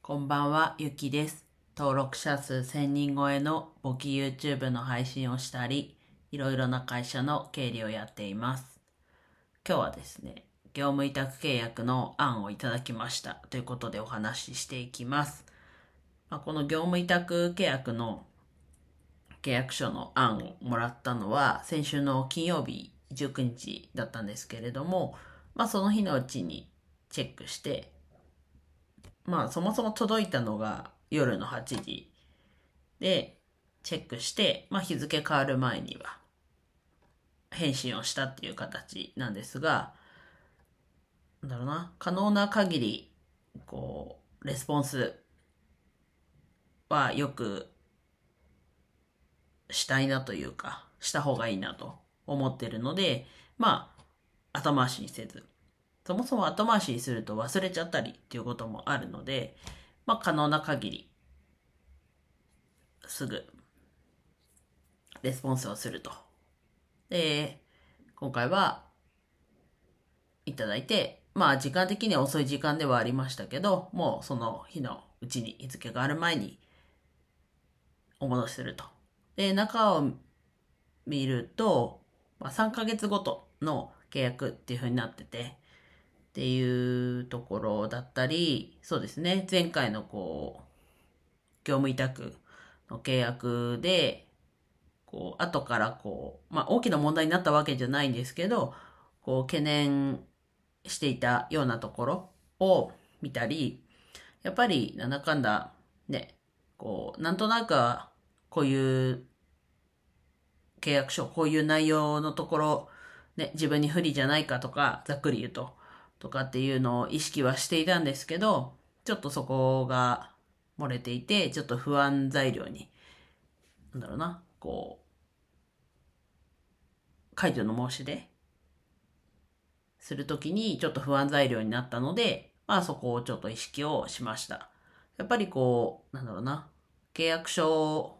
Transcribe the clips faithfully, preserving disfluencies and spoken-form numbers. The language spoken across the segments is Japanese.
こんばんは、ゆきです。登録者数せんにん超えの簿記 YouTube の配信をしたり、いろいろな会社の経理をやっています。今日はですね、業務委託契約の案をいただきましたということでお話ししていきます。まあ、この業務委託契約の契約書の案をもらったのは先週の金曜日じゅうくにちだったんですけれども、まあ、その日のうちにチェックして、まあそもそも届いたのが夜のはちじでチェックして、まあ日付変わる前には返信をしたっていう形なんですが、なんだろうな、可能な限り、こう、レスポンスはよくしたいなというか、した方がいいなと思ってるので、まあ、後回しにせず、そもそも後回しにすると忘れちゃったりっていうこともあるので、まあ可能な限りすぐレスポンスをすると。で、今回はいただいて、まあ時間的には遅い時間ではありましたけど、もうその日のうちに日付がある前にお戻しすると。で、中を見ると、まあ、さんかげつごとの契約っていう風になってて、っていうところだったり、そうですね、前回のこう、業務委託の契約で、こう、後からこう、まあ大きな問題になったわけじゃないんですけど、こう、懸念していたようなところを見たり、やっぱりなんだかんだね、こう、なんとなくこういう契約書、こういう内容のところ、ね、自分に不利じゃないかとか、ざっくり言うと、とかっていうのを意識はしていたんですけど、ちょっとそこが漏れていて、ちょっと不安材料に、なんだろうな、こう、解除の申し出するときにちょっと不安材料になったので、まあそこをちょっと意識をしました。やっぱりこう、なんだろうな、契約書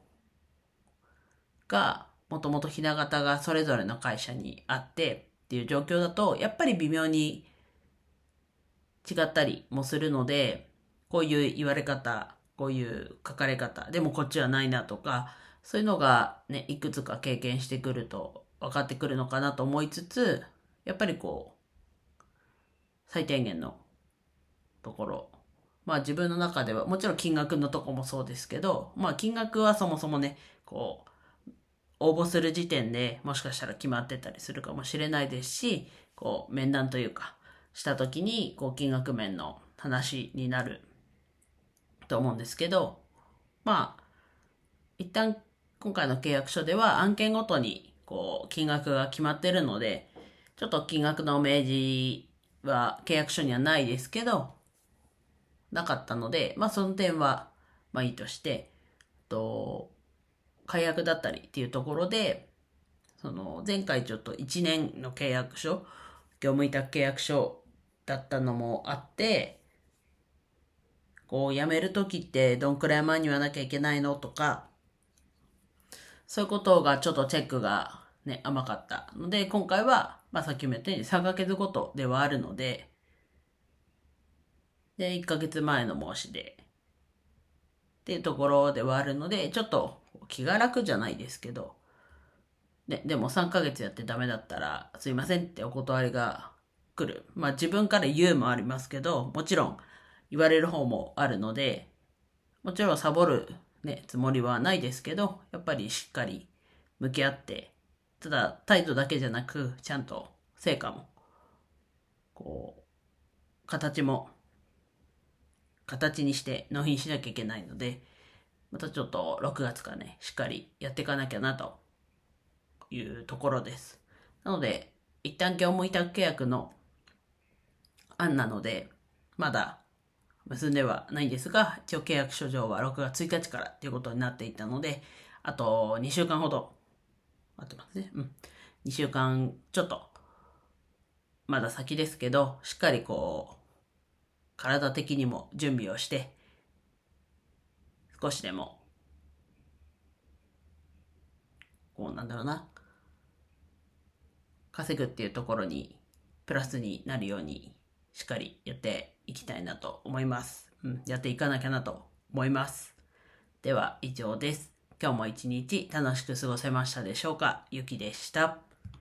がもともとひな形がそれぞれの会社にあってっていう状況だと、やっぱり微妙に違ったりもするので、こういう言われ方、こういう書かれ方、でもこっちはないなとか、そういうのがね、いくつか経験してくると分かってくるのかなと思いつつ、やっぱりこう、最低限のところ。まあ自分の中では、もちろん金額のとこもそうですけど、まあ金額はそもそもね、こう、応募する時点でもしかしたら決まってたりするかもしれないですし、こう、面談というか、した時に、こう、金額面の話になると思うんですけど、まあ、一旦今回の契約書では案件ごとに、こう、金額が決まってるので、ちょっと金額の明示は契約書にはないですけど、なかったので、まあその点は、まあいいとして、と、解約だったりっていうところで、その前回ちょっといちねんの契約書、業務委託契約書だったのもあって、こう辞めるときってどんくらい前に言わなきゃいけないのとか、そういうことがちょっとチェックがね、甘かったので、今回は、まあさっきも言ったようにさんかげつごとではあるので、で、いっかげつまえの申し出っていうところではあるので、ちょっと気が楽じゃないですけど、ね、でもさんかげつやってダメだったら、すいませんってお断りが来る。まあ自分から言うもありますけど、もちろん言われる方もあるので、もちろんサボるね、つもりはないですけど、やっぱりしっかり向き合って、ただ態度だけじゃなく、ちゃんと成果も、こう、形も、形にして納品しなきゃいけないので、またちょっとろくがつからね、しっかりやっていかなきゃなというところです。なので、一旦業務委託契約の案なので、まだ結んではないんですが、一応契約書上はろくがつついたちからということになっていたので、あとにしゅうかんほど待ってますね。うん。にしゅうかんちょっと、まだ先ですけど、しっかりこう、体的にも準備をして、少しでも、こうなんだろうな、稼ぐっていうところにプラスになるようにしっかりやっていきたいなと思います。 うん、やっていかなきゃなと思います。では以上です。今日も一日楽しく過ごせましたでしょうか。ゆきでした。